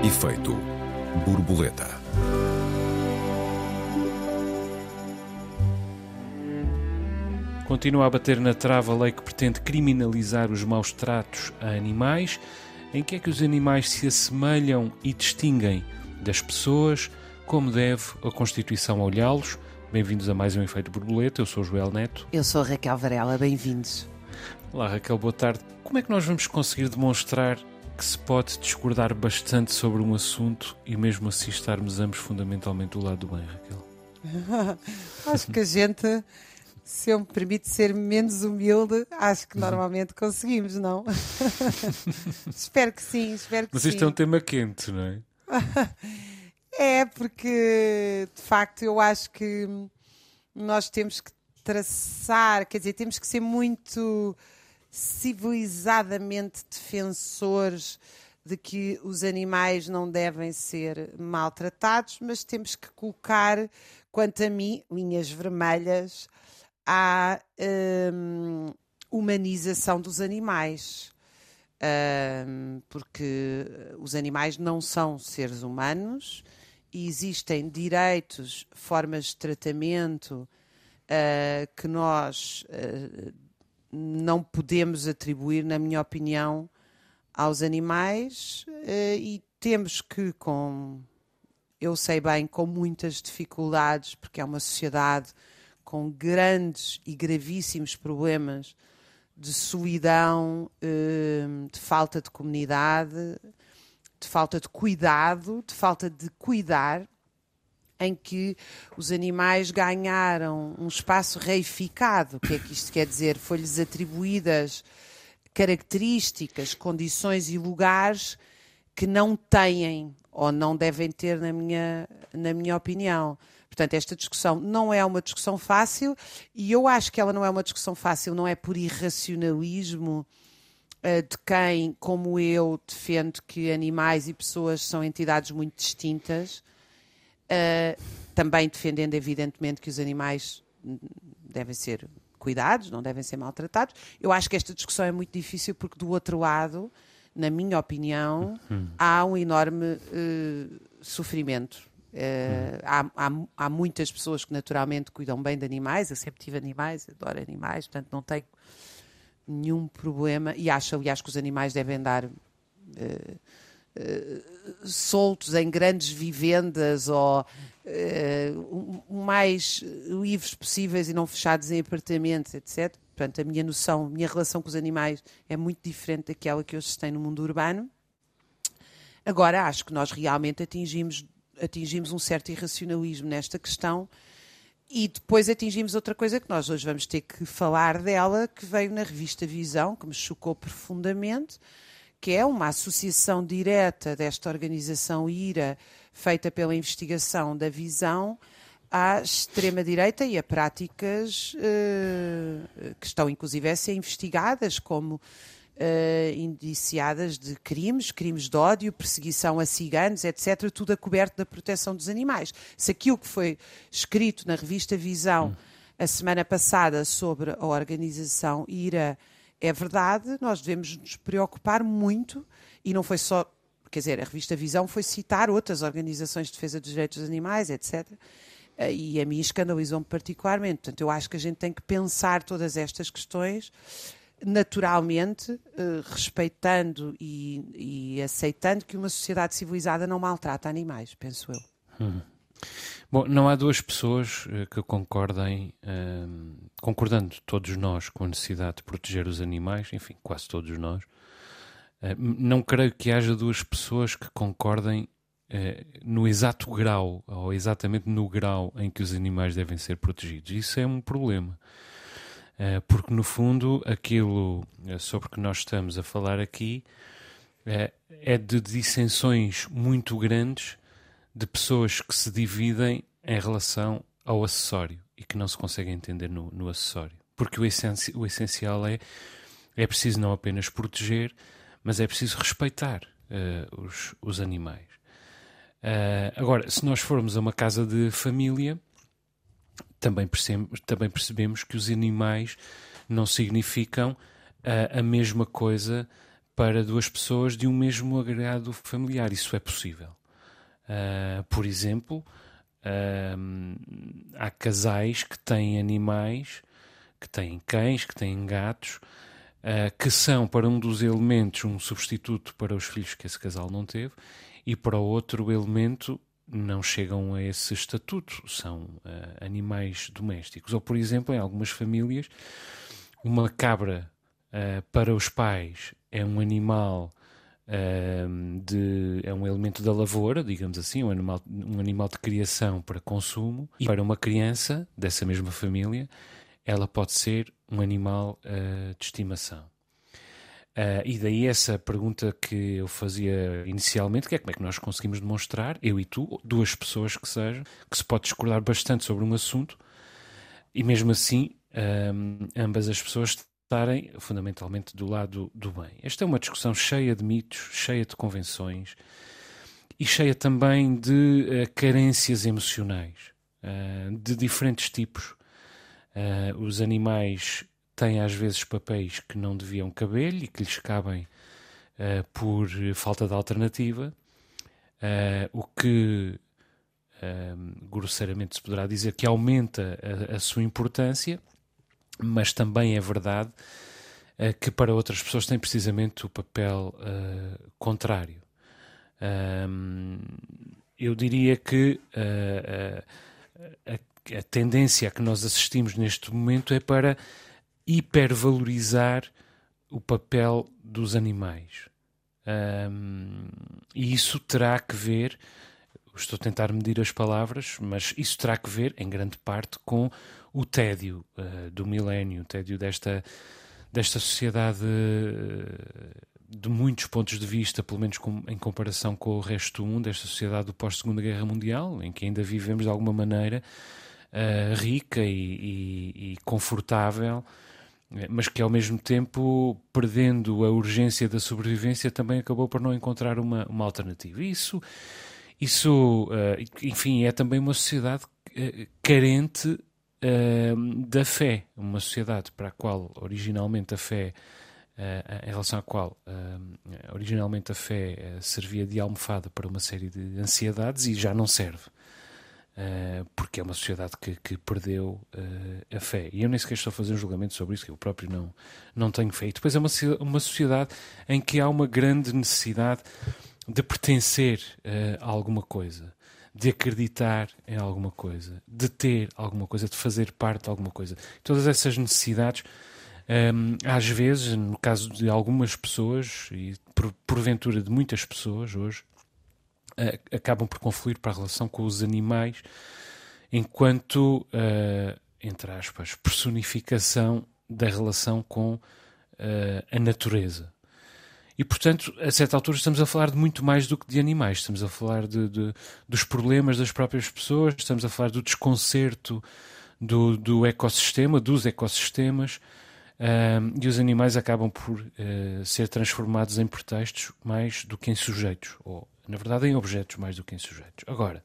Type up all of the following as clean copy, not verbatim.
Efeito borboleta. Continua a bater na trava a lei que pretende criminalizar os maus tratos a animais. Em que é que os animais se assemelham e distinguem das pessoas? Como deve a Constituição olhá-los? Bem-vindos a mais um Efeito Borboleta. Eu sou o Joel Neto. Eu sou a Raquel Varela. Bem-vindos. Olá, Raquel, boa tarde. Como é que nós vamos conseguir demonstrar que se pode discordar bastante sobre um assunto e mesmo assim estarmos ambos fundamentalmente do lado do bem, Raquel? Acho que a gente, se eu me permite ser menos humilde, acho que normalmente conseguimos, não? Espero que sim, Mas isto sim. é um tema quente, não é? É, porque de facto eu acho que nós temos que traçar, quer dizer, temos que ser muito civilizadamente defensores de que os animais não devem ser maltratados, mas temos que colocar, quanto a mim, linhas vermelhas à humanização dos animais. Porque os animais não são seres humanos e existem direitos, formas de tratamento que nós não podemos atribuir, na minha opinião, aos animais e temos que, eu sei bem, com muitas dificuldades, porque é uma sociedade com grandes e gravíssimos problemas de solidão, de falta de comunidade, de falta de cuidado, de falta de cuidar, em que os animais ganharam um espaço reificado. O que é que isto quer dizer? Foi-lhes atribuídas características, condições e lugares que não têm ou não devem ter, na minha opinião. Portanto, esta discussão não é uma discussão fácil e eu acho que ela não é uma discussão fácil, não é por irracionalismo de quem, como eu, defende que animais e pessoas são entidades muito distintas, também defendendo, evidentemente, que os animais devem ser cuidados, não devem ser maltratados. Eu acho que esta discussão é muito difícil porque, do outro lado, na minha opinião, há um enorme sofrimento. Há muitas pessoas que naturalmente cuidam bem de animais, eu sempre tive animais, adoro animais, portanto não tenho nenhum problema e acho, aliás, que os animais devem andar soltos em grandes vivendas ou o mais livres possíveis e não fechados em apartamentos, etc. Portanto, a minha relação com os animais é muito diferente daquela que hoje se tem no mundo urbano. Agora, acho que nós realmente atingimos um certo irracionalismo nesta questão e depois atingimos outra coisa que nós hoje vamos ter que falar dela, que veio na revista Visão, que me chocou profundamente, que é uma associação direta desta organização IRA, feita pela investigação da Visão, à extrema-direita e a práticas que estão inclusive a ser investigadas como indiciadas de crimes de ódio, perseguição a ciganos, etc., tudo a coberto da proteção dos animais. Se aquilo que foi escrito na revista Visão a semana passada sobre a organização IRA é verdade, nós devemos nos preocupar muito, e não foi só, quer dizer, a revista Visão foi citar outras organizações de defesa dos direitos dos animais, etc., e a mim escandalizou-me particularmente. Portanto, eu acho que a gente tem que pensar todas estas questões naturalmente, respeitando e aceitando que uma sociedade civilizada não maltrata animais, penso eu. Bom, não há duas pessoas que concordem, concordando todos nós com a necessidade de proteger os animais, enfim, quase todos nós, não creio que haja duas pessoas que concordem no exato grau, ou exatamente no grau em que os animais devem ser protegidos. Isso é um problema. Porque, no fundo, aquilo sobre que nós estamos a falar aqui é de dissensões muito grandes de pessoas que se dividem em relação ao acessório e que não se conseguem entender no acessório. Porque o essencial é preciso não apenas proteger, mas é preciso respeitar os animais. Agora, se nós formos a uma casa de família, também percebemos que os animais não significam a mesma coisa para duas pessoas de um mesmo agregado familiar. Isso é possível. Por exemplo, há casais que têm animais, que têm cães, que têm gatos, que são para um dos elementos um substituto para os filhos que esse casal não teve, e para o outro elemento não chegam a esse estatuto, são animais domésticos. Ou, por exemplo, em algumas famílias, uma cabra para os pais é um animal, é um elemento da lavoura, digamos assim, um animal de criação para consumo, e para uma criança dessa mesma família, ela pode ser um animal de estimação. E daí essa pergunta que eu fazia inicialmente, que é como é que nós conseguimos demonstrar, eu e tu, duas pessoas que sejam, que se pode discordar bastante sobre um assunto, e mesmo assim ambas as pessoas estarem fundamentalmente do lado do bem. Esta é uma discussão cheia de mitos, cheia de convenções e cheia também de carências emocionais, de diferentes tipos. Os animais têm às vezes papéis que não deviam caber-lhe e que lhes cabem por falta de alternativa, o que grosseiramente se poderá dizer que aumenta a sua importância, mas também é verdade que para outras pessoas tem precisamente o papel contrário. Eu diria que a tendência a que nós assistimos neste momento é para hipervalorizar o papel dos animais. E isso terá que ver, estou a tentar medir as palavras, mas isso terá que ver, em grande parte, com o tédio do milénio, o tédio desta sociedade de muitos pontos de vista, pelo menos em comparação com o resto do mundo, desta sociedade do pós-Segunda Guerra Mundial, em que ainda vivemos de alguma maneira rica e confortável, mas que ao mesmo tempo, perdendo a urgência da sobrevivência, também acabou por não encontrar uma alternativa. Isso, enfim, é também uma sociedade carente da fé, uma sociedade para a qual originalmente a fé, em relação à qual originalmente a fé servia de almofada para uma série de ansiedades e já não serve. Porque é uma sociedade que perdeu a fé. E eu nem sequer estou a fazer um julgamento sobre isso, que eu próprio não tenho fé. E depois é uma sociedade em que há uma grande necessidade de pertencer a alguma coisa, de acreditar em alguma coisa, de ter alguma coisa, de fazer parte de alguma coisa. Todas essas necessidades, às vezes, no caso de algumas pessoas, e porventura de muitas pessoas hoje, acabam por confluir para a relação com os animais enquanto, entre aspas, personificação da relação com a natureza. E, portanto, a certa altura estamos a falar de muito mais do que de animais. Estamos a falar dos problemas das próprias pessoas, estamos a falar do desconcerto do ecossistema, dos ecossistemas, e os animais acabam por ser transformados em pretextos mais do que em sujeitos, ou, na verdade, em objetos mais do que em sujeitos. Agora,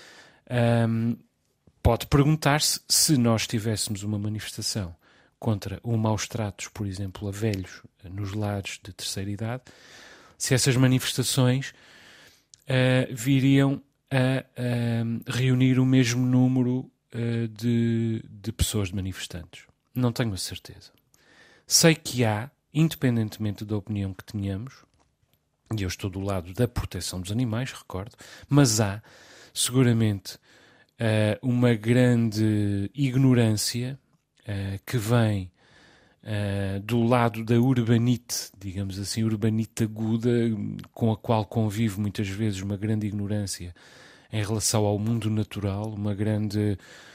pode perguntar-se se nós tivéssemos uma manifestação contra o maus tratos, por exemplo, a velhos nos lares de terceira idade, se essas manifestações viriam a reunir o mesmo número de pessoas, de manifestantes. Não tenho a certeza. Sei que há, independentemente da opinião que tenhamos, e eu estou do lado da proteção dos animais, recordo, mas há seguramente uma grande ignorância que vem do lado da urbanite, digamos assim, urbanite aguda, com a qual convive muitas vezes uma grande ignorância em relação ao mundo natural, uma grande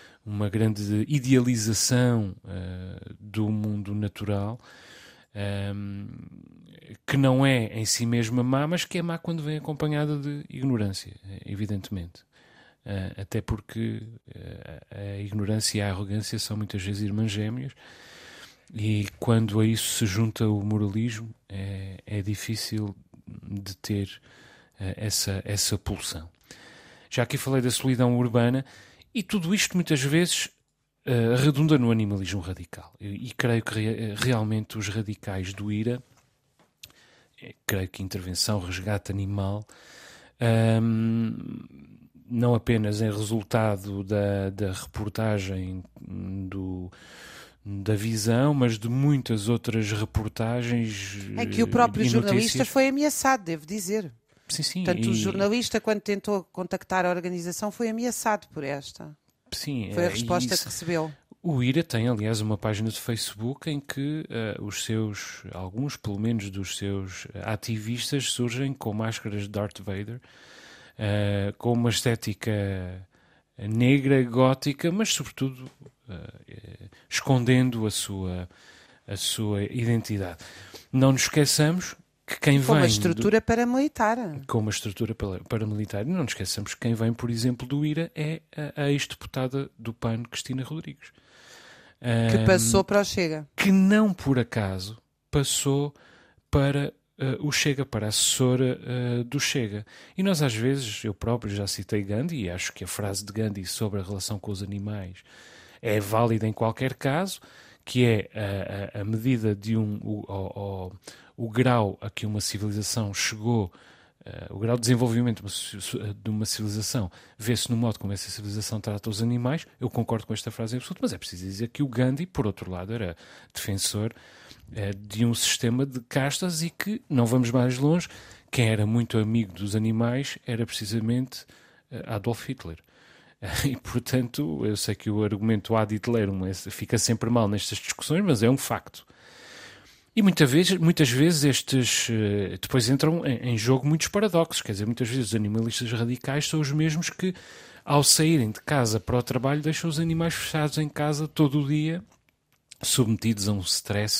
idealização do mundo natural, que não é em si mesma má, mas que é má quando vem acompanhada de ignorância, evidentemente. Até porque a ignorância e a arrogância são muitas vezes irmãs gêmeas, e quando a isso se junta o moralismo, é difícil de ter essa pulsão. Já aqui falei da solidão urbana, e tudo isto muitas vezes redunda no animalismo radical. E creio que realmente os radicais do IRA, creio que intervenção, resgate animal, não apenas em resultado da reportagem da Visão, mas de muitas outras reportagens em que o próprio e jornalista notícias. foi ameaçado, devo dizer. Sim, Portanto, o jornalista, quando tentou contactar a organização, foi ameaçado por esta. sim, Foi a resposta isso. que recebeu. O IRA tem, aliás, uma página de Facebook em que alguns, pelo menos, dos seus ativistas surgem com máscaras de Darth Vader, com uma estética negra, gótica, mas, sobretudo, escondendo a sua identidade. Não nos esqueçamos que quem vem... Com uma estrutura paramilitar. Com uma estrutura paramilitar. E não nos esqueçamos que quem vem, por exemplo, do IRA é a ex-deputada do PAN, Cristina Rodrigues. Que passou para o Chega. Que não por acaso passou para o Chega, para a assessora do Chega. E nós às vezes, eu próprio já citei Gandhi, e acho que a frase de Gandhi sobre a relação com os animais é válida em qualquer caso, que é a medida de o grau a que uma civilização chegou, o grau de desenvolvimento de uma civilização vê-se no modo como essa civilização trata os animais. Eu concordo com esta frase em absoluto, mas é preciso dizer que o Gandhi, por outro lado, era defensor de um sistema de castas e que, não vamos mais longe, quem era muito amigo dos animais era precisamente Adolf Hitler. E, portanto, eu sei que o argumento ad Hitler fica sempre mal nestas discussões, mas é um facto. E muitas vezes estes depois entram em jogo muitos paradoxos. Quer dizer, muitas vezes os animalistas radicais são os mesmos que, ao saírem de casa para o trabalho, deixam os animais fechados em casa todo o dia, submetidos a um stress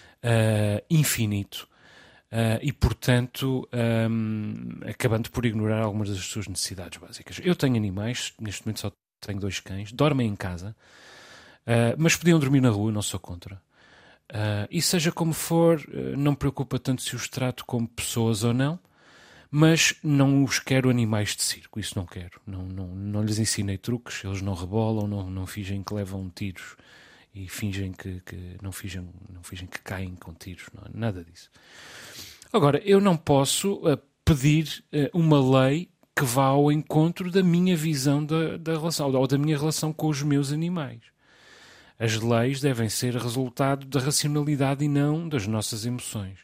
infinito. E, portanto, acabando por ignorar algumas das suas necessidades básicas. Eu tenho animais, neste momento só tenho 2 cães, dormem em casa, mas podiam dormir na rua, não sou contra. E seja como for, não me preocupa tanto se os trato como pessoas ou não, mas não os quero animais de circo, isso não quero. Não lhes ensinei truques, eles não rebolam, não fingem que levam tiros e fingem que não fingem que caem com tiros, não é nada disso. Agora, eu não posso pedir uma lei que vá ao encontro da minha visão da relação, ou da minha relação com os meus animais. As leis devem ser resultado da racionalidade e não das nossas emoções.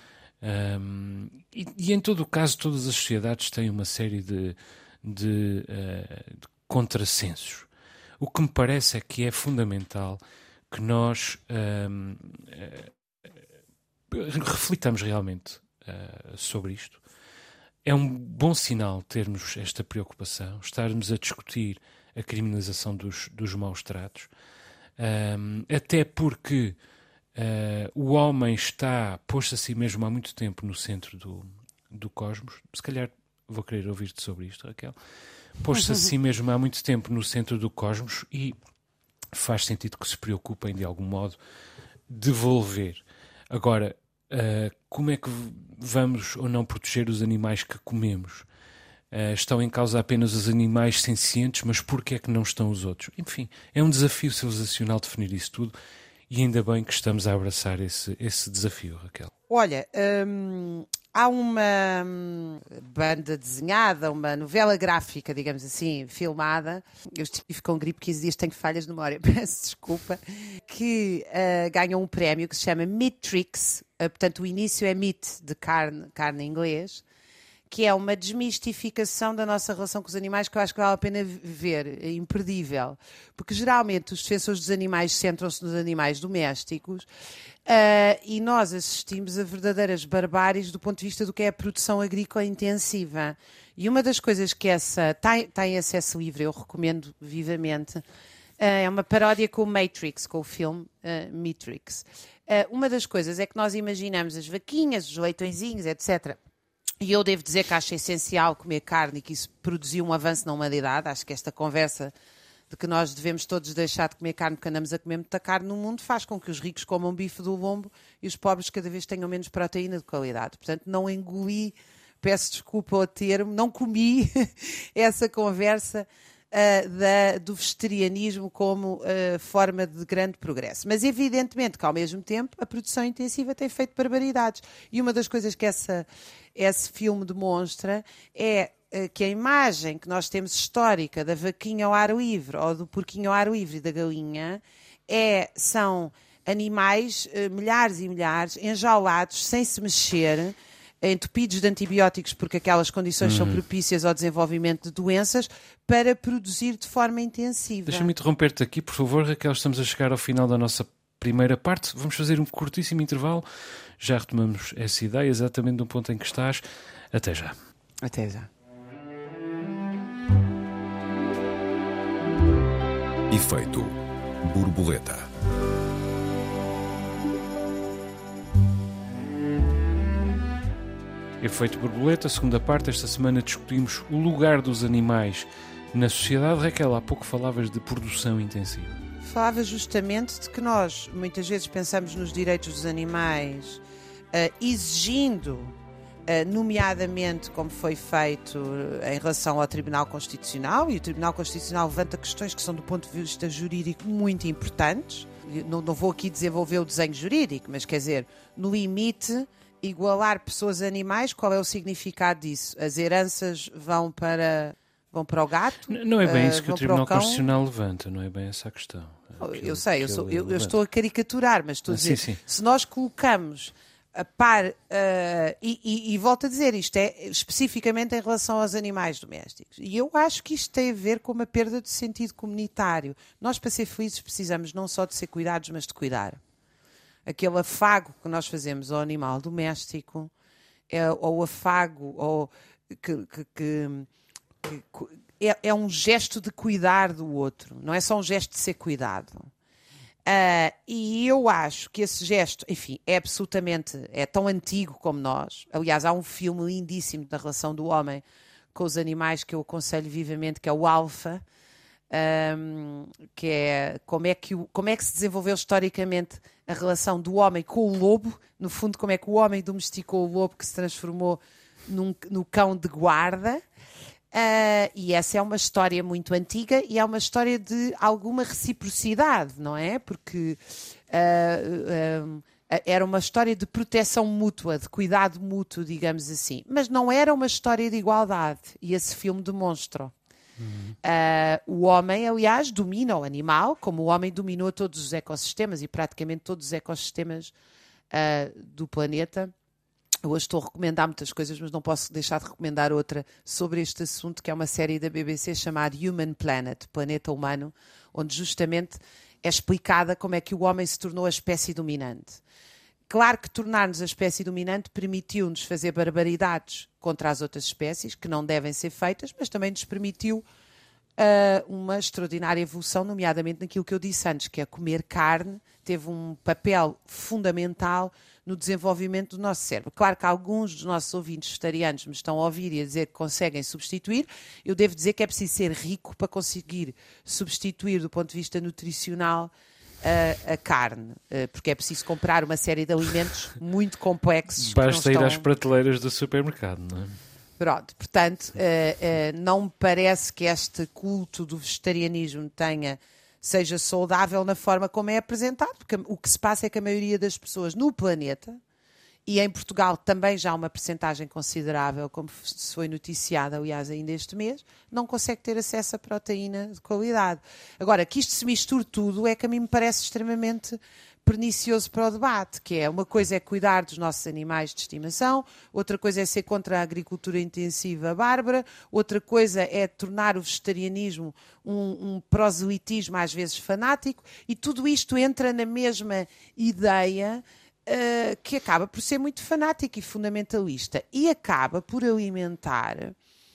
E em todo o caso, todas as sociedades têm uma série de contrassensos. O que me parece é que é fundamental que nós reflitamos realmente sobre isto. É um bom sinal termos esta preocupação, estarmos a discutir a criminalização dos maus tratos, até porque o homem está posto a si mesmo há muito tempo no centro do cosmos. Se calhar vou querer ouvir-te sobre isto, Raquel. Posto a si mesmo há muito tempo no centro do cosmos e faz sentido que se preocupem de algum modo devolver. Agora, como é que vamos ou não proteger os animais que comemos? Estão em causa apenas os animais sencientes, mas porquê é que não estão os outros? Enfim, é um desafio civilizacional definir isso tudo e ainda bem que estamos a abraçar esse desafio, Raquel. Olha, há uma banda desenhada, uma novela gráfica, digamos assim, filmada. Eu estive com gripe 15 dias, tenho falhas de memória, peço desculpa, que ganhou um prémio que se chama Meatrix. Portanto, o início é meat, de carne em inglês, que é uma desmistificação da nossa relação com os animais que eu acho que vale a pena ver, é imperdível. Porque geralmente os defensores dos animais centram-se nos animais domésticos e nós assistimos a verdadeiras barbáries do ponto de vista do que é a produção agrícola intensiva. E uma das coisas que essa está em acesso livre, eu recomendo vivamente, é uma paródia com o Matrix, com o filme Matrix. Uma das coisas é que nós imaginamos as vaquinhas, os leitõezinhos, etc., e eu devo dizer que acho essencial comer carne e que isso produziu um avanço na humanidade. Acho que esta conversa de que nós devemos todos deixar de comer carne porque andamos a comer muita carne no mundo faz com que os ricos comam bife do lombo e os pobres cada vez tenham menos proteína de qualidade. Portanto, não engoli, peço desculpa ao termo, não comi essa conversa do vegetarianismo como forma de grande progresso. Mas evidentemente que ao mesmo tempo a produção intensiva tem feito barbaridades. E uma das coisas que esse filme demonstra é que a imagem que nós temos histórica da vaquinha ao ar livre ou do porquinho ao ar livre e da galinha são animais, milhares e milhares, enjaulados, sem se mexer, entupidos de antibióticos porque aquelas condições são propícias ao desenvolvimento de doenças, para produzir de forma intensiva. Deixa-me interromper-te aqui, por favor, Raquel. Estamos a chegar ao final da nossa primeira parte. Vamos fazer um curtíssimo intervalo. Já retomamos essa ideia exatamente do ponto em que estás. Até já. Até já. Efeito borboleta. Efeito borboleta, segunda parte. Esta semana discutimos o lugar dos animais na sociedade. Raquel, há pouco falavas de produção intensiva. Falava justamente de que nós muitas vezes pensamos nos direitos dos animais exigindo, nomeadamente como foi feito em relação ao Tribunal Constitucional, e o Tribunal Constitucional levanta questões que são do ponto de vista jurídico muito importantes. Não vou aqui desenvolver o desenho jurídico, mas quer dizer, no limite, igualar pessoas a animais, qual é o significado disso? As heranças vão para o gato? Não é bem isso que o Tribunal Constitucional levanta, não é bem essa a questão. Eu sei, eu estou a caricaturar, mas estou a dizer, sim. Se nós colocamos a par, e volto a dizer, isto é especificamente em relação aos animais domésticos, e eu acho que isto tem a ver com uma perda de sentido comunitário. Nós, para ser felizes, precisamos não só de ser cuidados, mas de cuidar. Aquele afago que nós fazemos ao animal doméstico, ou afago, ou é um gesto de cuidar do outro, não é só um gesto de ser cuidado. E eu acho que esse gesto, enfim, é tão antigo como nós. Aliás, há um filme lindíssimo da relação do homem com os animais que eu aconselho vivamente, que é o Alpha, que é como é que se desenvolveu historicamente a relação do homem com o lobo, no fundo como é que o homem domesticou o lobo, que se transformou no cão de guarda. E essa é uma história muito antiga e é uma história de alguma reciprocidade, não é? Porque era uma história de proteção mútua, de cuidado mútuo, digamos assim, mas não era uma história de igualdade, e esse filme demonstra. O homem, aliás, domina o animal, como o homem dominou todos os ecossistemas e praticamente todos os ecossistemas do planeta. Eu hoje estou a recomendar muitas coisas, mas não posso deixar de recomendar outra sobre este assunto, que é uma série da BBC chamada Human Planet, Planeta Humano, onde justamente é explicada como é que o homem se tornou a espécie dominante. Claro que tornar-nos a espécie dominante permitiu-nos fazer barbaridades contra as outras espécies, que não devem ser feitas, mas também nos permitiu uma extraordinária evolução, nomeadamente naquilo que eu disse antes, que é comer carne, teve um papel fundamental no desenvolvimento do nosso cérebro. Claro que alguns dos nossos ouvintes vegetarianos me estão a ouvir e a dizer que conseguem substituir. Eu devo dizer que é preciso ser rico para conseguir substituir, do ponto de vista nutricional, a carne, porque é preciso comprar uma série de alimentos muito complexos. Basta ir às prateleiras do supermercado, não é? Pronto, portanto, não me parece que este culto do vegetarianismo seja saudável na forma como é apresentado, porque o que se passa é que a maioria das pessoas no planeta, e em Portugal também já há uma percentagem considerável, como se foi noticiado, aliás, ainda este mês, não consegue ter acesso a proteína de qualidade. Agora, que isto se misture tudo é que a mim me parece extremamente pernicioso para o debate, que é uma coisa é cuidar dos nossos animais de estimação, outra coisa é ser contra a agricultura intensiva bárbara, outra coisa é tornar o vegetarianismo um proselitismo às vezes fanático, e tudo isto entra na mesma ideia que acaba por ser muito fanática e fundamentalista e acaba por alimentar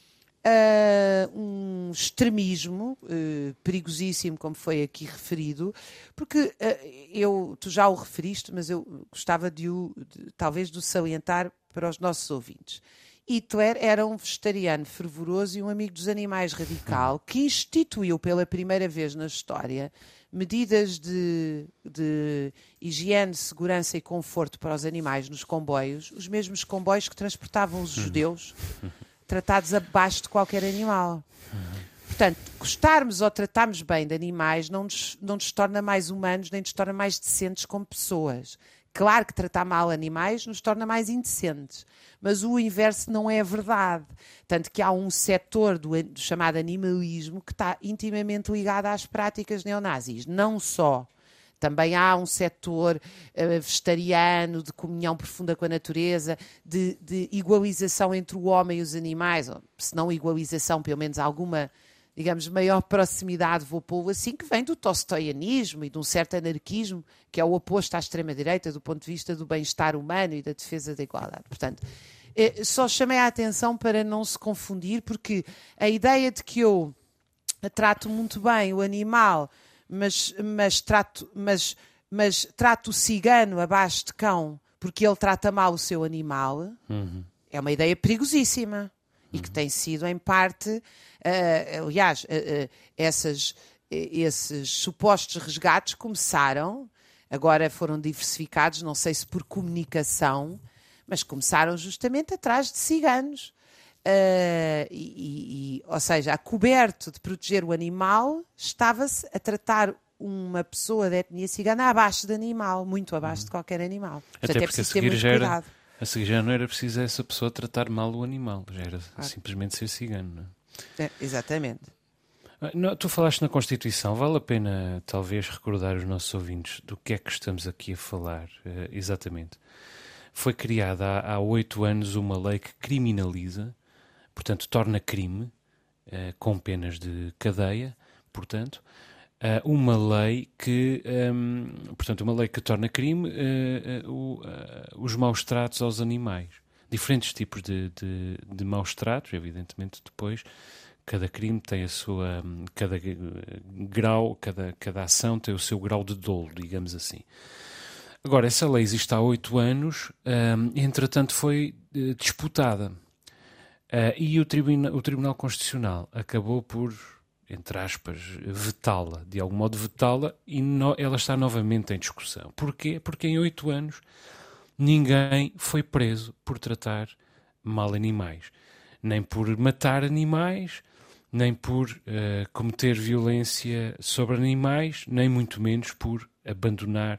um extremismo perigosíssimo, como foi aqui referido, porque tu já o referiste, mas eu gostava talvez de o salientar para os nossos ouvintes. Hitler era um vegetariano fervoroso e um amigo dos animais radical, que instituiu pela primeira vez na história medidas de higiene, segurança e conforto para os animais nos comboios, os mesmos comboios que transportavam os judeus tratados abaixo de qualquer animal. Portanto, gostarmos ou tratarmos bem de animais não nos torna mais humanos, nem nos torna mais decentes como pessoas. Claro que tratar mal animais nos torna mais indecentes, mas o inverso não é verdade. Tanto que há um setor do chamado animalismo que está intimamente ligado às práticas neonazis. Não só. Também há um setor vegetariano, de comunhão profunda com a natureza, de igualização entre o homem e os animais, ou, se não igualização, pelo menos alguma, digamos, maior proximidade, vou pô-lo assim, que vem do tolstoianismo e de um certo anarquismo, que é o oposto à extrema-direita do ponto de vista do bem-estar humano e da defesa da igualdade. Portanto, só chamei a atenção para não se confundir, porque a ideia de que eu trato muito bem o animal, mas trato o cigano abaixo de cão porque ele trata mal o seu animal, é uma ideia perigosíssima. E que tem sido, em parte, aliás, esses supostos resgates começaram, agora foram diversificados, não sei se por comunicação, mas começaram justamente atrás de ciganos. Ou seja, a coberto de proteger o animal, estava-se a tratar uma pessoa da etnia cigana abaixo de animal, muito abaixo de qualquer animal. Até Portanto, é porque preciso ter muito cuidado. A seguir já não era preciso essa pessoa tratar mal o animal, já era simplesmente ser cigano. Não é? Exatamente. Tu falaste na Constituição, vale a pena talvez recordar os nossos ouvintes do que é que estamos aqui a falar, exatamente. Foi criada há 8 anos uma lei que criminaliza, portanto torna crime, com penas de cadeia, portanto, uma lei que torna crime os maus tratos aos animais. Diferentes tipos de maus tratos, evidentemente depois cada crime tem a sua, cada grau, cada ação tem o seu grau de dolo, digamos assim. Agora, essa lei existe há 8 anos, entretanto foi disputada. E o Tribunal Constitucional acabou por, entre aspas, vetá-la, de algum modo vetá-la, e ela está novamente em discussão. Porquê? Porque em 8 anos ninguém foi preso por tratar mal animais. Nem por matar animais, nem por cometer violência sobre animais, nem muito menos por abandonar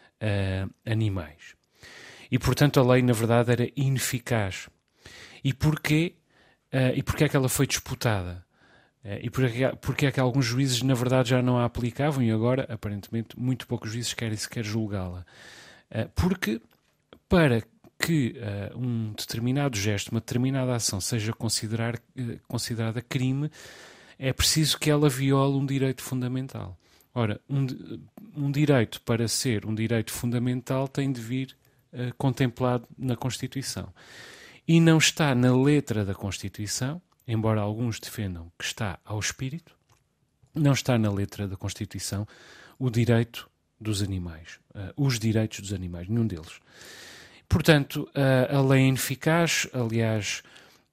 animais. E, portanto, a lei, na verdade, era ineficaz. E porquê? E porquê é que ela foi disputada? E porquê é que alguns juízes, na verdade, já não a aplicavam e agora, aparentemente, muito poucos juízes querem sequer julgá-la? Porque, para que um determinado gesto, uma determinada ação seja considerada crime, é preciso que ela viole um direito fundamental. Ora, um direito, para ser um direito fundamental, tem de vir contemplado na Constituição. E não está na letra da Constituição, embora alguns defendam que está ao espírito, não está na letra da Constituição o direito dos animais, os direitos dos animais, nenhum deles. Portanto, a lei é ineficaz, aliás,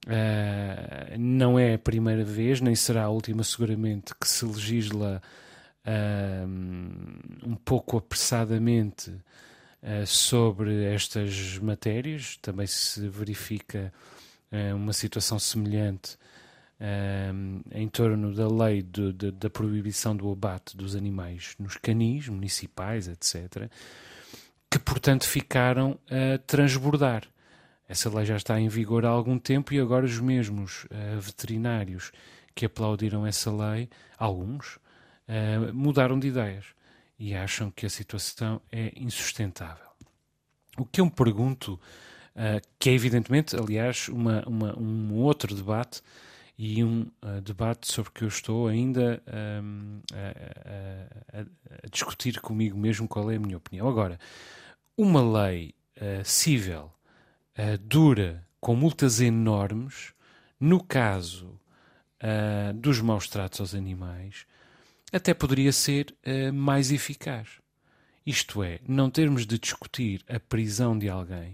não é a primeira vez, nem será a última seguramente, que se legisla um pouco apressadamente sobre estas matérias. Também se verifica uma situação semelhante em torno da lei da proibição do abate dos animais nos canis municipais, etc., que, portanto, ficaram a transbordar. Essa lei já está em vigor há algum tempo e agora os mesmos veterinários que aplaudiram essa lei, alguns, mudaram de ideias e acham que a situação é insustentável. O que eu me pergunto, que é evidentemente, aliás, um outro debate e um debate sobre que eu estou ainda a discutir comigo mesmo qual é a minha opinião. Agora, uma lei cível dura, com multas enormes, no caso dos maus tratos aos animais, até poderia ser mais eficaz. Isto é, não termos de discutir a prisão de alguém,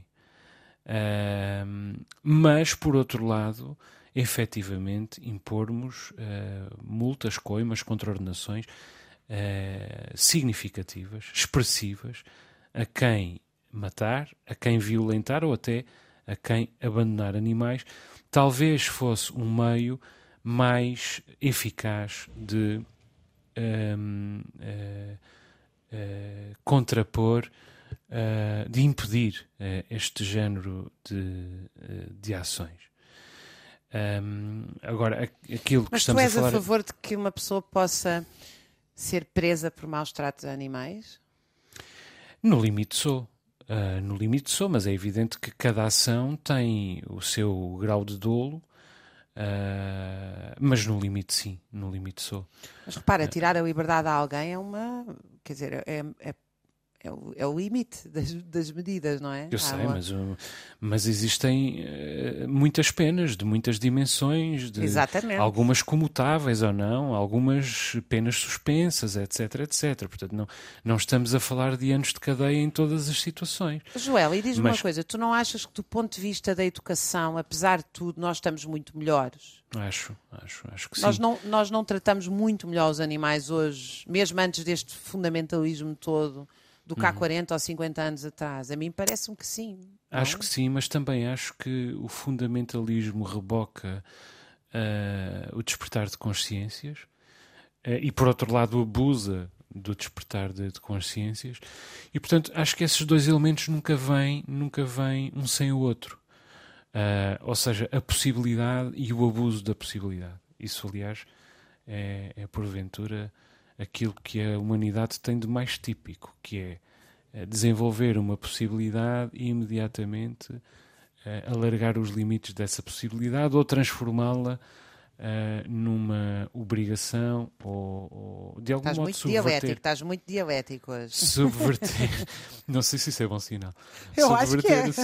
mas, por outro lado, efetivamente impormos multas, coimas, contraordenações significativas, expressivas, a quem matar, a quem violentar ou até a quem abandonar animais. Talvez fosse um meio mais eficaz de contrapor, de impedir este género de ações. Agora, aquilo que Mas estamos tu és a falar... a favor de que uma pessoa possa ser presa por maus tratos a animais? No limite sou. No limite sou, mas é evidente que cada ação tem o seu grau de dolo, mas no limite sim, no limite sou. Mas repara, tirar a liberdade a alguém é uma... Quer dizer, é o limite das medidas, não é? Eu sei, mas existem muitas penas de muitas dimensões, Exatamente. Algumas comutáveis ou não, algumas penas suspensas, etc, etc. Portanto, não estamos a falar de anos de cadeia em todas as situações. Joel, e diz-me uma coisa, tu não achas que do ponto de vista da educação, apesar de tudo, nós estamos muito melhores? Acho que sim. Nós não tratamos muito melhor os animais hoje, mesmo antes deste fundamentalismo todo, do que há 40 ou 50 anos atrás. A mim parece-me que sim. Acho que sim, mas também acho que o fundamentalismo reboca o despertar de consciências e, por outro lado, abusa do despertar de consciências. E, portanto, acho que esses dois elementos nunca vêm um sem o outro. Ou seja, a possibilidade e o abuso da possibilidade. Isso, aliás, é porventura aquilo que a humanidade tem de mais típico, que é desenvolver uma possibilidade e imediatamente alargar os limites dessa possibilidade ou transformá-la numa obrigação ou de algum modo subverter. Estás muito dialético hoje. Subverter. Não sei se isso é bom sinal. Eu acho que é.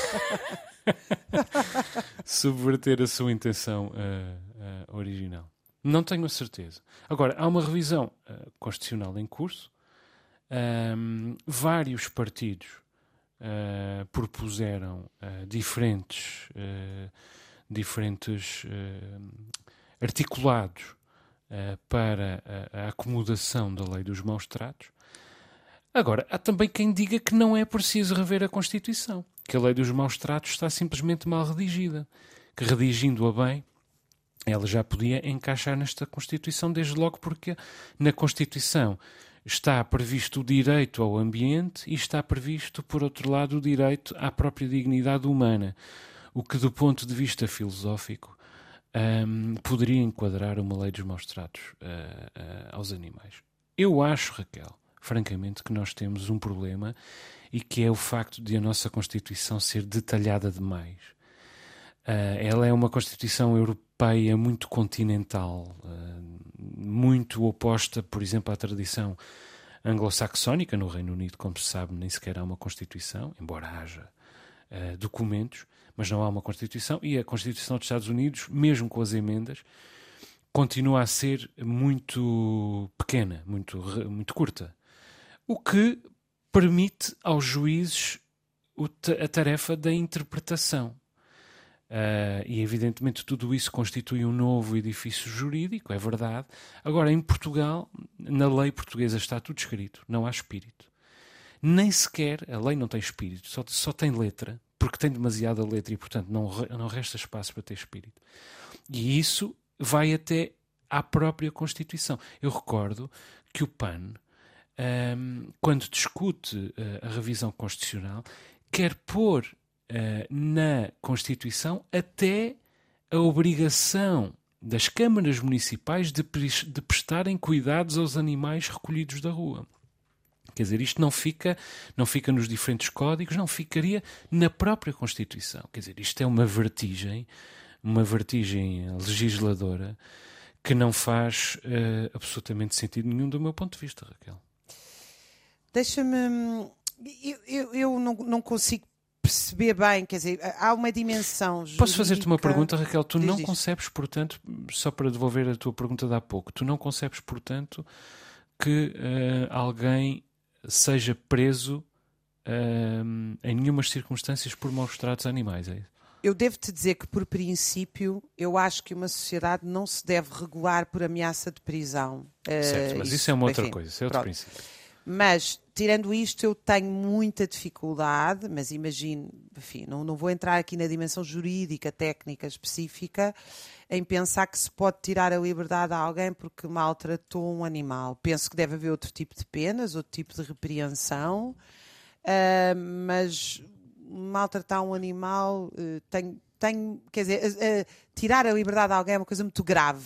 Subverter a sua intenção original. Não tenho a certeza. Agora, há uma revisão constitucional em curso. Vários partidos propuseram diferentes articulados para a acomodação da lei dos maus tratos. Agora, há também quem diga que não é preciso rever a Constituição, que a lei dos maus tratos está simplesmente mal redigida, que redigindo-a bem, ela já podia encaixar nesta Constituição, desde logo porque na Constituição está previsto o direito ao ambiente e está previsto, por outro lado, o direito à própria dignidade humana, o que, do ponto de vista filosófico, poderia enquadrar uma lei dos maus tratos aos animais. Eu acho, Raquel, francamente, que nós temos um problema e que é o facto de a nossa Constituição ser detalhada demais. Ela é uma Constituição europeia muito continental, muito oposta, por exemplo, à tradição anglo-saxónica. No Reino Unido, como se sabe, nem sequer há uma Constituição, embora haja documentos, mas não há uma Constituição. E a Constituição dos Estados Unidos, mesmo com as emendas, continua a ser muito pequena, muito curta. O que permite aos juízes a tarefa da interpretação. E evidentemente tudo isso constitui um novo edifício jurídico, é verdade. Agora, em Portugal, na lei portuguesa está tudo escrito, não há espírito. Nem sequer, a lei não tem espírito, só tem letra, porque tem demasiada letra e, portanto, não resta espaço para ter espírito. E isso vai até à própria Constituição. Eu recordo que o PAN, quando discute a revisão constitucional, quer pôr na Constituição até a obrigação das câmaras municipais de prestarem cuidados aos animais recolhidos da rua. Quer dizer, isto não fica nos diferentes códigos, não ficaria na própria Constituição. Quer dizer, isto é uma vertigem legisladora que não faz absolutamente sentido nenhum do meu ponto de vista, Raquel. Deixa-me... Eu não consigo perceber bem, quer dizer, há uma dimensão jurídica... Posso fazer-te uma pergunta, Raquel? Tu não concebes, portanto, só para devolver a tua pergunta de há pouco, tu não concebes, portanto, que alguém seja preso em nenhumas circunstâncias por maus tratos a animais, é isso? Eu devo-te dizer que, por princípio, eu acho que uma sociedade não se deve regular por ameaça de prisão. Certo, mas isso é uma outra coisa, isso é outro princípio. Mas, tirando isto, eu tenho muita dificuldade, mas imagino, enfim, não vou entrar aqui na dimensão jurídica, técnica, específica, em pensar que se pode tirar a liberdade a alguém porque maltratou um animal. Penso que deve haver outro tipo de penas, outro tipo de repreensão, mas maltratar um animal quer dizer, tirar a liberdade a alguém é uma coisa muito grave.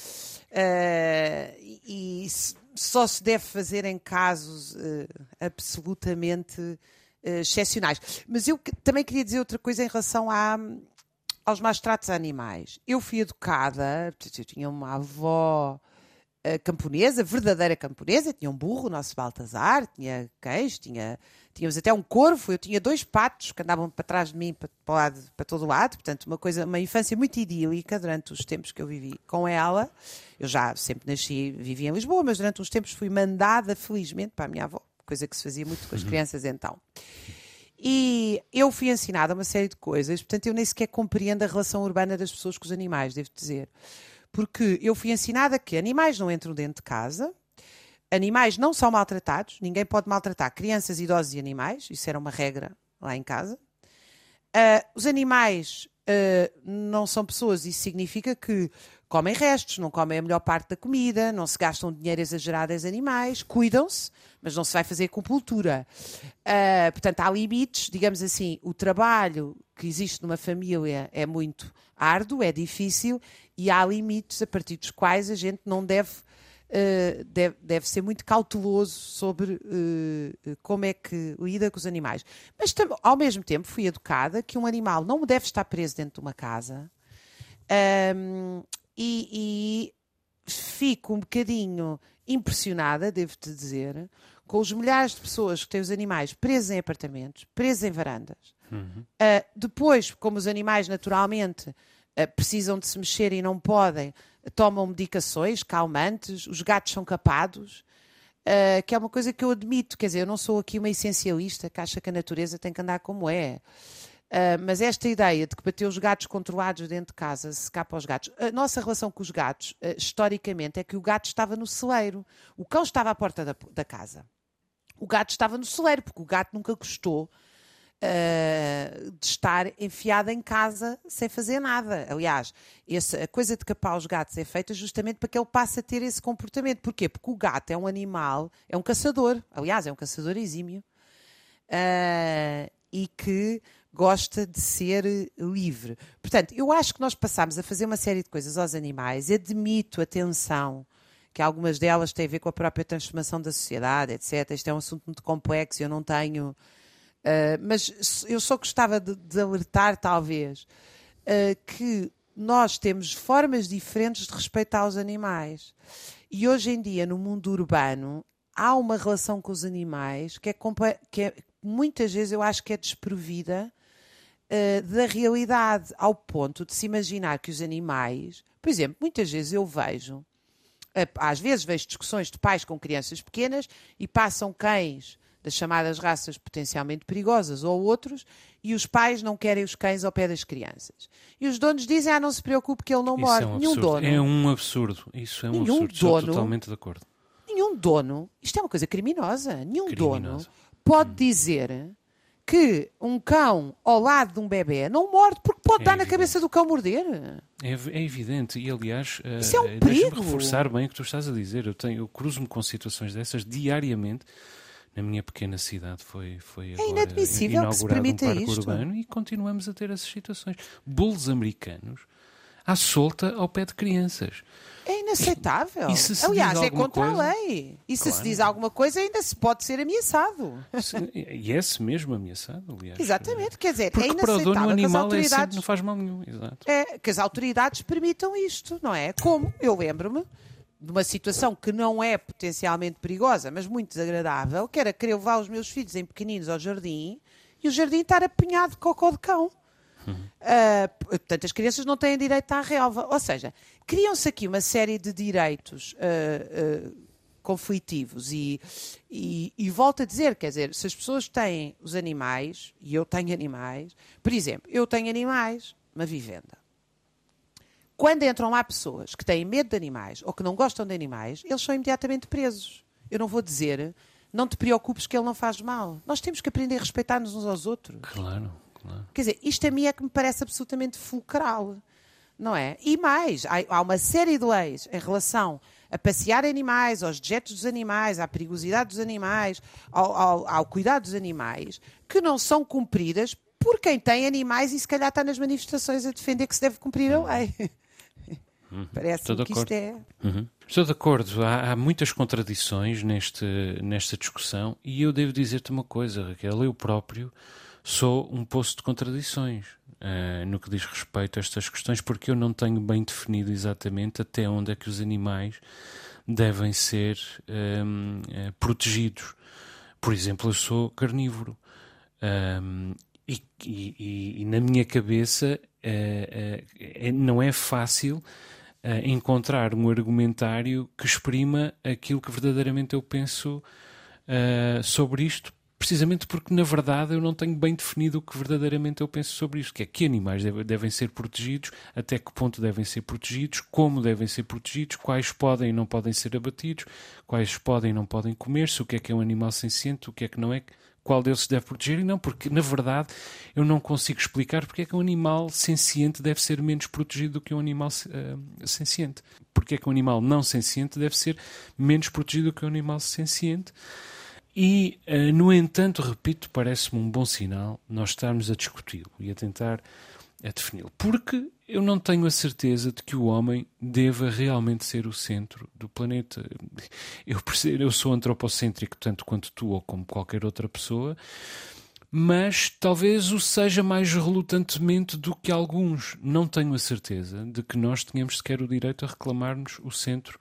E só se deve fazer em casos absolutamente excepcionais. Mas eu também queria dizer outra coisa em relação aos maus tratos a animais. Eu fui educada, eu tinha uma avó camponesa, verdadeira camponesa, tinha um burro, o nosso Baltazar, tinha cães, tínhamos até um corvo, eu tinha 2 patos que andavam para trás de mim, para todo lado, portanto uma infância muito idílica durante os tempos que eu vivi com ela. Eu já sempre vivi em Lisboa, mas durante uns tempos fui mandada, felizmente, para a minha avó, coisa que se fazia muito com as crianças então. E eu fui ensinada uma série de coisas, portanto eu nem sequer compreendo a relação urbana das pessoas com os animais, devo dizer. Porque eu fui ensinada que animais não entram dentro de casa, animais não são maltratados, ninguém pode maltratar crianças, idosos e animais, isso era uma regra lá em casa. Os animais não são pessoas, isso significa que comem restos, não comem a melhor parte da comida, não se gastam dinheiro exagerado em animais, cuidam-se, mas não se vai fazer acupuntura. Portanto, há limites, digamos assim, o trabalho que existe numa família é muito árduo, é difícil, e há limites a partir dos quais a gente não deve ser muito cauteloso sobre como é que lida com os animais. Mas ao mesmo tempo fui educada que um animal não deve estar preso dentro de uma casa, e fico um bocadinho impressionada, devo-te dizer, com os milhares de pessoas que têm os animais presos em apartamentos, presos em varandas. Depois, como os animais naturalmente precisam de se mexer e não podem, tomam medicações calmantes, os gatos são capados, que é uma coisa que eu admito, quer dizer, eu não sou aqui uma essencialista que acha que a natureza tem que andar como é. Mas esta ideia de que para ter os gatos controlados dentro de casa se escapa aos gatos. A nossa relação com os gatos, historicamente, é que o gato estava no celeiro. O cão estava à porta da casa. O gato estava no celeiro, porque o gato nunca gostou de estar enfiado em casa sem fazer nada. Aliás, a coisa de capar os gatos é feita justamente para que ele passe a ter esse comportamento. Porquê? Porque o gato é um animal, é um caçador. Aliás, é um caçador exímio. E que gosta de ser livre. Portanto, eu acho que nós passámos a fazer uma série de coisas aos animais. Admito, atenção, que algumas delas têm a ver com a própria transformação da sociedade, etc. Isto é um assunto muito complexo, eu não tenho... mas eu só gostava de alertar, talvez, que nós temos formas diferentes de respeitar os animais. E hoje em dia, no mundo urbano, há uma relação com os animais que muitas vezes eu acho que é desprovida da realidade, ao ponto de se imaginar que os animais... Por exemplo, muitas vezes eu vejo... Às vezes vejo discussões de pais com crianças pequenas e passam cães das chamadas raças potencialmente perigosas ou outros, e os pais não querem os cães ao pé das crianças. E os donos dizem, não se preocupe que ele não morde. Nenhum dono. É um absurdo. Isso é um absurdo. Estou totalmente de acordo. Nenhum dono, isto é uma coisa criminosa, dono pode dizer que um cão ao lado de um bebê não morde porque pode dar na cabeça do cão morder. É evidente. E, aliás, isso é um perigo. Deixa-me reforçar bem o que tu estás a dizer. Eu cruzo-me com situações dessas diariamente. Na minha pequena cidade foi agora inadmissível que se permita um parque isto. urbano e continuamos a ter essas situações. Bulls americanos à solta ao pé de crianças. É inaceitável. Aliás, é contra coisa, a lei. E se claro, se diz alguma coisa, ainda se pode ser ameaçado. E é-se mesmo ameaçado, aliás. Exatamente, quer dizer, porque é inaceitável para o dono o animal que as autoridades... não faz mal nenhum. Exato. Que as autoridades permitam isto, não é? Como, eu lembro-me de uma situação que não é potencialmente perigosa, mas muito desagradável, que era querer levar os meus filhos em pequeninos ao jardim e o jardim estar apinhado de cocó de cão. Portanto, as crianças não têm direito à relva. Ou seja, criam-se aqui uma série de direitos conflitivos e volto a dizer, quer dizer, se as pessoas têm os animais, e eu tenho animais, por exemplo, eu tenho animais, uma vivenda. Quando entram lá pessoas que têm medo de animais ou que não gostam de animais, eles são imediatamente presos. Eu não vou dizer não te preocupes que ele não faz mal. Nós temos que aprender a respeitar-nos uns aos outros. Claro. Quer dizer, isto a mim é que me parece absolutamente fulcral, não é? E mais, há uma série de leis em relação a passear animais, aos dejetos dos animais, à perigosidade dos animais, ao cuidado dos animais, que não são cumpridas por quem tem animais e se calhar está nas manifestações a defender que se deve cumprir a lei. Parece-me que isto é... Estou de acordo, há muitas contradições nesta discussão e eu devo dizer-te uma coisa, Raquel, eu próprio sou um poço de contradições no que diz respeito a estas questões, porque eu não tenho bem definido exatamente até onde é que os animais devem ser protegidos. Por exemplo, eu sou carnívoro e na minha cabeça não é fácil encontrar um argumentário que exprima aquilo que verdadeiramente eu penso sobre isto, precisamente porque, na verdade, eu não tenho bem definido o que verdadeiramente eu penso sobre isto, que é que animais devem ser protegidos, até que ponto devem ser protegidos, como devem ser protegidos, quais podem e não podem ser abatidos, quais podem e não podem comer-se, o que é um animal senciente, o que é que não é, qual deles se deve proteger e não, porque, na verdade, eu não consigo explicar porque é que um animal senciente deve ser menos protegido do que um animal senciente. Porque é que um animal não senciente deve ser menos protegido do que um animal senciente. E, no entanto, repito, parece-me um bom sinal nós estarmos a discuti-lo e a tentar defini-lo. Porque eu não tenho a certeza de que o homem deva realmente ser o centro do planeta. Eu sou antropocêntrico tanto quanto tu ou como qualquer outra pessoa, mas talvez o seja mais relutantemente do que alguns. Não tenho a certeza de que nós tenhamos sequer o direito a reclamar-nos o centro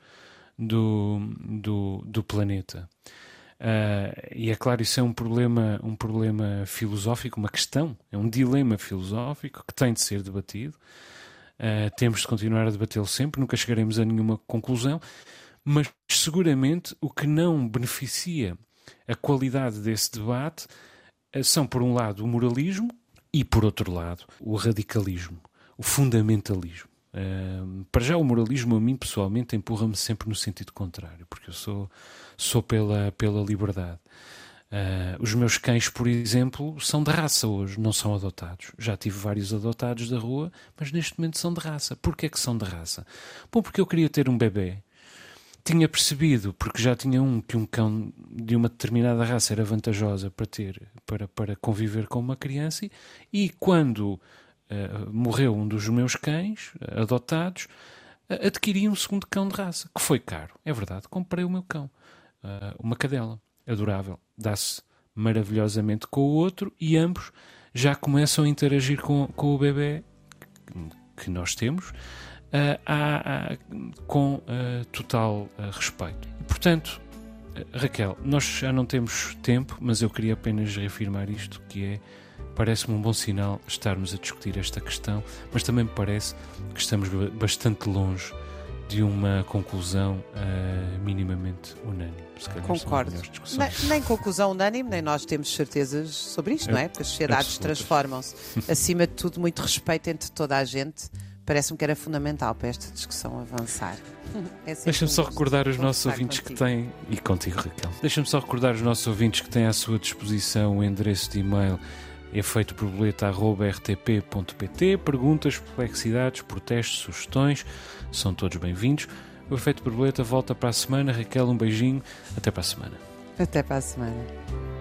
do planeta. E é claro, isso é um problema filosófico, uma questão, é um dilema filosófico que tem de ser debatido. Temos de continuar a debatê-lo sempre, nunca chegaremos a nenhuma conclusão, mas seguramente o que não beneficia a qualidade desse debate são, por um lado, o moralismo e, por outro lado, o radicalismo, o fundamentalismo. Para já o moralismo a mim pessoalmente empurra-me sempre no sentido contrário, porque eu sou pela liberdade. Os meus cães, por exemplo, são de raça hoje, não são adotados. Já tive vários adotados da rua, mas neste momento são de raça. Porquê que são de raça? Bom, porque eu queria ter um bebê. Tinha percebido, porque já tinha que um cão de uma determinada raça era vantajosa para conviver com uma criança e quando morreu um dos meus cães adotados, adquiri um segundo cão de raça, que foi caro, é verdade, comprei o meu cão, uma cadela, adorável, dá-se maravilhosamente com o outro e ambos já começam a interagir com o bebê que nós temos com total respeito. E, portanto, Raquel, nós já não temos tempo, mas eu queria apenas reafirmar isto, que parece-me um bom sinal estarmos a discutir esta questão, mas também me parece que estamos bastante longe de uma conclusão minimamente unânime. Concordo. Nem conclusão unânime, nem nós temos certezas sobre isto, não é? Porque as sociedades transformam-se. Acima de tudo, muito respeito entre toda a gente. Parece-me que era fundamental para esta discussão avançar. Deixa-me só recordar os nossos ouvintes que têm... E contigo, Raquel. Deixa-me só recordar os nossos ouvintes que têm à sua disposição o endereço de e-mail efeitoborboleta@rtp.pt. Perguntas, perplexidades, protestos, sugestões, são todos bem-vindos. O Efeito Borboleta volta para a semana. Raquel, um beijinho. Até para a semana. Até para a semana.